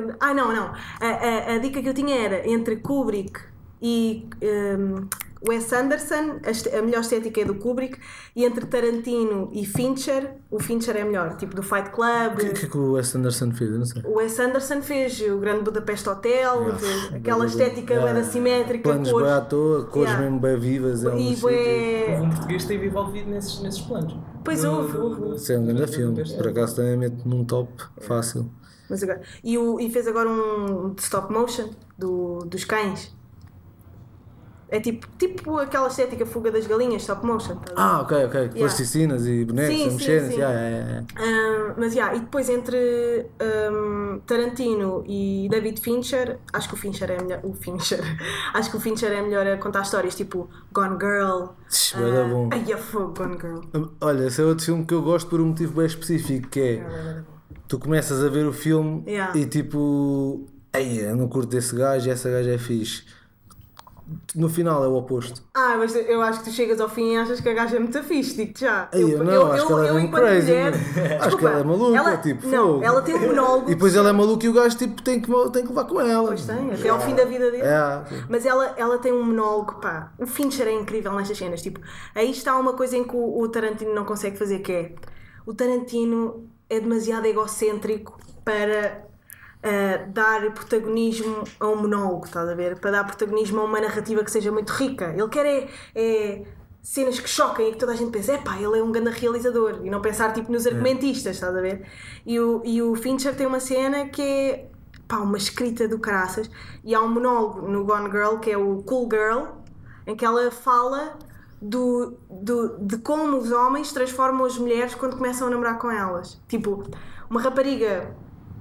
A dica que eu tinha era entre Kubrick e Wes Anderson, a melhor estética é do Kubrick, e entre Tarantino e Fincher, o Fincher é melhor, tipo do Fight Club. O que é que o Wes Anderson fez? Eu não sei. O Wes Anderson fez o Grande Budapeste Hotel, aquela estética bem simétrica, planos bem à toa, cores mesmo bem vivas. Houve um português que esteve envolvido nesses planos. Pois houve. Isso é um grande filme, por acaso também meto num top fácil. Mas agora, e fez agora um de stop motion dos cães. É tipo aquela estética Fuga das Galinhas, stop motion. Ok. Plasticinas e bonecos a mexerem. Mas e depois entre Tarantino e David Fincher, acho que o Fincher é melhor. Acho que o Fincher é melhor a contar histórias, tipo Gone Girl. Bom. Gone Girl. Olha, esse é outro filme que eu gosto por um motivo bem específico, que é tu começas a ver o filme e tipo, eu não curto esse gajo e essa gaja é fixe. no final é o oposto. Mas eu acho que tu chegas ao fim e achas que a gaja é muito fixe, digo-te já. Acho que ela é muito crazy. Acho que ela é maluca, tipo, não, ela tem um monólogo. E depois ela é maluca e o gajo tipo, tem que levar com ela. Pois tem, até ao fim da vida dele. Mas ela tem um monólogo, pá. O Fincher é incrível nestas cenas. Tipo, aí está uma coisa em que o Tarantino não consegue fazer, que é... O Tarantino é demasiado egocêntrico para dar protagonismo a um monólogo, estás a ver? Para dar protagonismo a uma narrativa que seja muito rica. Ele quer cenas que choquem e que toda a gente pensa, ele é um grande realizador, e não pensar tipo nos argumentistas, estás a ver? E o Fincher tem uma cena que é uma escrita do caraças, e há um monólogo no Gone Girl que é o Cool Girl, em que ela fala de como os homens transformam as mulheres quando começam a namorar com elas. Tipo, uma rapariga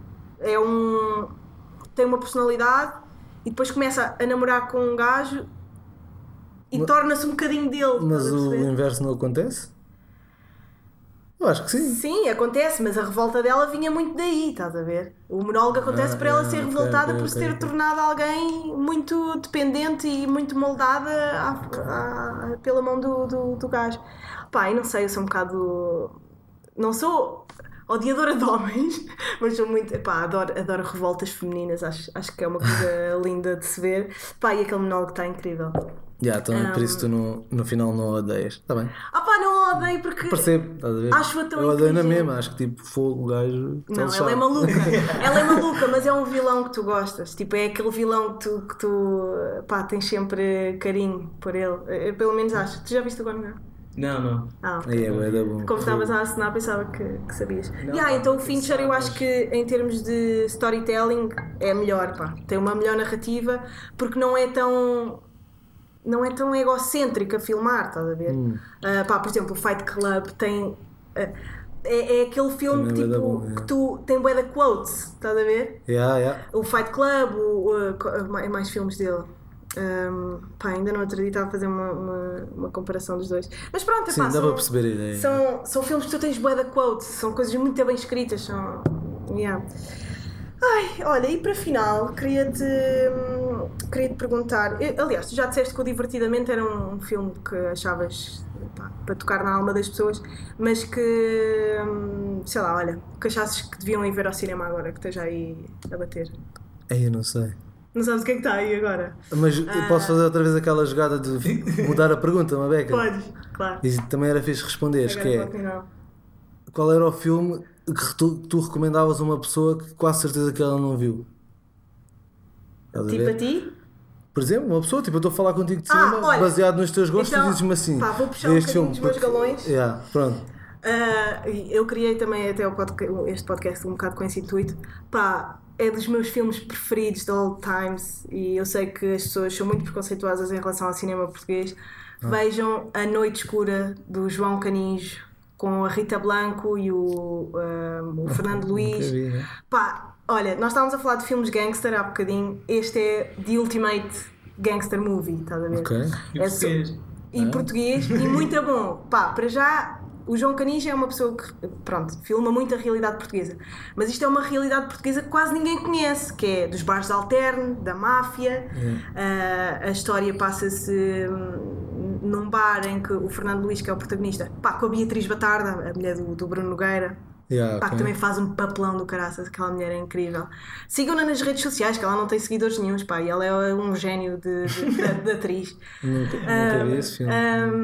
tem uma personalidade e depois começa a namorar com um gajo e torna-se um bocadinho dele. Mas o inverso não acontece? Eu acho que sim. Sim, acontece, mas a revolta dela vinha muito daí, estás a ver? O monólogo acontece por ela ser revoltada por se ter tornado alguém muito dependente e muito moldada pela mão do gajo. E não sei, eu sou um bocado... Não sou odiadora de homens, mas sou muito... adoro revoltas femininas, acho que é uma coisa linda de se ver. E aquele monólogo está incrível. Então por isso tu no final não odeias, está bem? Não odeio porque percebo, estás a ver? Acho-a tão eu odeio na mesma, acho que tipo fogo, o gajo. Não, ela é maluca. Ela é maluca, mas é um vilão que tu gostas. Tipo, é aquele vilão que tu tens sempre carinho por ele. Eu, pelo menos acho. Tu já viste o Gone Girl? Não. Bom. Como estavas a assinar, pensava que sabias. Então o Fincher, eu acho que em termos de storytelling é melhor, tem uma melhor narrativa, porque não é tão egocêntrico a filmar, estás a ver? Por exemplo, o Fight Club tem... é aquele filme que, tipo, que tu tem bué de quotes, estás a ver? O Fight Club, mais filmes dele. Ainda não acredito, estava a fazer uma comparação dos dois. Mas pronto, sim, dá para perceber a ideia. São filmes que tu tens bué de quotes, são coisas muito bem escritas. Olha, e para final, queria-te perguntar... Aliás, tu já disseste que o Divertidamente era um filme que achavas para tocar na alma das pessoas, mas que, sei lá, olha, que achasses que deviam ir ver ao cinema agora, que esteja aí a bater. Eu não sei. Não sabes o que é que está aí agora? Mas posso fazer outra vez aquela jogada de mudar a pergunta, uma beca? Podes, claro. E também era fixe responderes, agora que é... Qual era o filme que tu recomendavas a uma pessoa que quase certeza que ela não viu? Tipo a ti? Por exemplo, uma pessoa, tipo, eu estou a falar contigo de cinema, olha, baseado nos teus gostos, então, e dizes-me assim... vou puxar um bocadinho dos meus galões. Pronto. Eu criei também até este podcast um bocado com esse intuito. É dos meus filmes preferidos de all times, e eu sei que as pessoas são muito preconceituosas em relação ao cinema português. Vejam A Noite Escura, do João Canijo, com a Rita Blanco e o Fernando Luís. Olha, nós estávamos a falar de filmes gangster há bocadinho. Este é The Ultimate Gangster Movie, estás a ver? Português, e muito bom. Para já, o João Canijo é uma pessoa que, filma muito a realidade portuguesa. Mas isto é uma realidade portuguesa que quase ninguém conhece, que é dos bares de alterne, da máfia. A história passa-se num bar em que o Fernando Luís, que é o protagonista, com a Beatriz Batarda, a mulher do Bruno Nogueira, que também faz um papelão do caraças. Aquela mulher é incrível. Sigam-na nas redes sociais, que ela não tem seguidores nenhuns, e ela é um gênio de atriz. Nunca vi esse filme.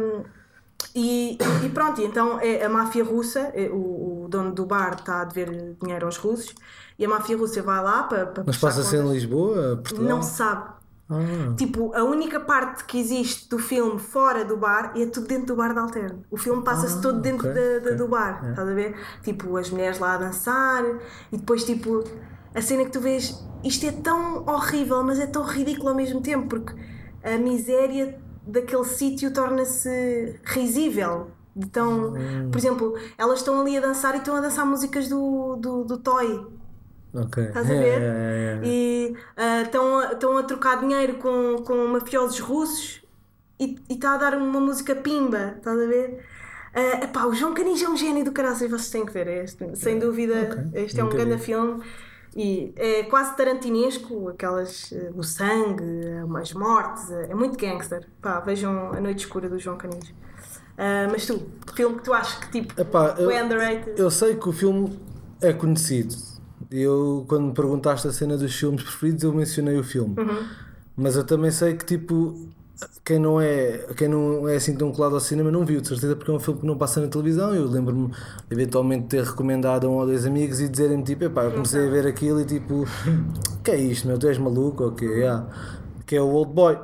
E pronto, então a máfia russa, o dono do bar está a dever dinheiro aos russos, e a máfia russa vai lá para mas passa-se em Lisboa, Portugal? Não se sabe. Tipo, a única parte que existe do filme fora do bar é tudo dentro do bar de alterno. O filme passa-se todo dentro do bar, estás a ver? Tipo, as mulheres lá a dançar, e depois tipo, a cena que tu vês, isto é tão horrível, mas é tão ridículo ao mesmo tempo, porque a miséria daquele sítio torna-se risível. Então, por exemplo, elas estão ali a dançar e estão a dançar músicas do Toy. Estás a ver? E estão a trocar dinheiro com mafiosos russos e está a dar uma música pimba, estás a ver? O João Canijo é um gênio do caraças, vocês têm que ver este, sem dúvida. Este é um grande filme. E é quase tarantinesco, aquelas, o sangue, as mortes, é muito gangster. Pá, vejam A Noite Escura do João Canis. Mas tu, filme que tu achas que tipo é underrated? Eu sei que o filme é conhecido. Eu, quando me perguntaste a cena dos filmes preferidos, eu mencionei o filme. Mas eu também sei que tipo quem não é assim tão colado ao cinema não viu, de certeza, porque é um filme que não passa na televisão. Eu lembro-me eventualmente de ter recomendado a 1 ou 2 amigos e dizerem-me tipo, epá, eu comecei a ver aquilo e tipo, que é isto, meu, tu és maluco ou quê? Que é o Old Boy.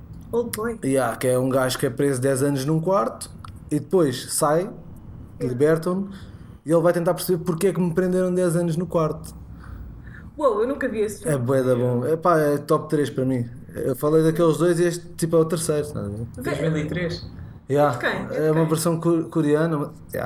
Que é um gajo que é preso 10 anos num quarto e depois sai, libertam-no e ele vai tentar perceber porque é que me prenderam 10 anos no quarto. Uou, eu nunca vi esse filme. É bué da bom. Epá, é top 3 para mim. Eu falei daqueles dois e este tipo é o terceiro. 2003? É uma versão coreana.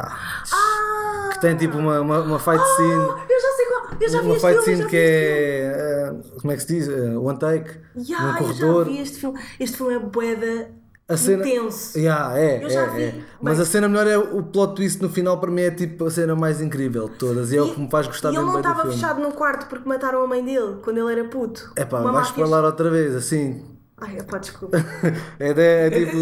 Que tem tipo uma fight scene. Eu já sei qual. Eu já vi uma este fight filme. scene que é. Como é que se diz? One take. Num corredor. Eu já vi este filme. Este filme é bué a cena, intenso. Eu já vi. Mas a cena melhor é o plot twist no final, para mim é tipo a cena mais incrível de todas e é o que me faz gostar mesmo bem do filme. E ele não estava fechado no quarto porque mataram a mãe dele quando ele era puto. É pá, vais falar outra vez, assim. Ai, pá, desculpa. é tipo...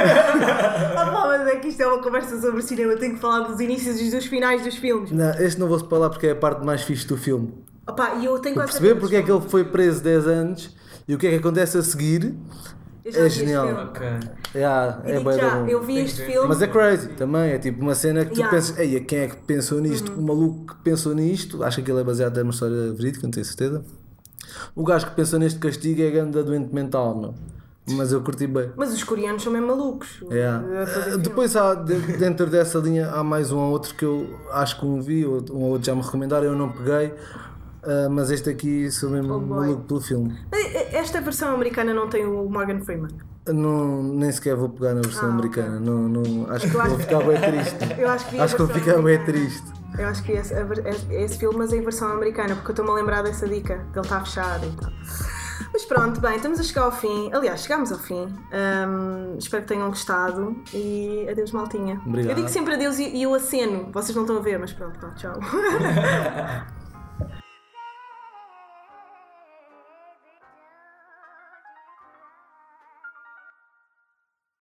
Mas é que isto é uma conversa sobre cinema, tenho que falar dos inícios e dos finais dos filmes. Não, este não vou falar porque é a parte mais fixe do filme. E eu tenho que perceber porque é que ele foi preso 10 anos e o que é que acontece a seguir. É genial. É bem bom. Eu vi este filme. Mas é crazy também. É tipo uma cena que tu pensas, ei, quem é que pensou nisto? O maluco que pensou nisto, acho que aquilo é baseado numa história verídica, não tenho certeza. O gajo que pensou neste castigo é grande doente mental, meu. Mas eu curti bem. Mas os coreanos são mesmo malucos. Depois há, dentro dessa linha, há mais um ou outro que eu acho que um vi, um ou outro já me recomendaram, eu não peguei. Mas este aqui sou mesmo maluco pelo filme. Esta versão americana não tem o Morgan Freeman? Não, nem sequer vou pegar na versão americana. Não, acho que vou ficar bem triste. Acho que vou ficar bem triste. Eu acho que esse filme, mas em versão americana, porque eu estou-me a lembrar dessa dica, que ele está fechado e tal. Mas pronto, bem, estamos a chegar ao fim. Aliás, chegámos ao fim. Espero que tenham gostado. E adeus, maltinha. Obrigado. Eu digo sempre adeus e eu aceno. Vocês não estão a ver, mas pronto, tchau.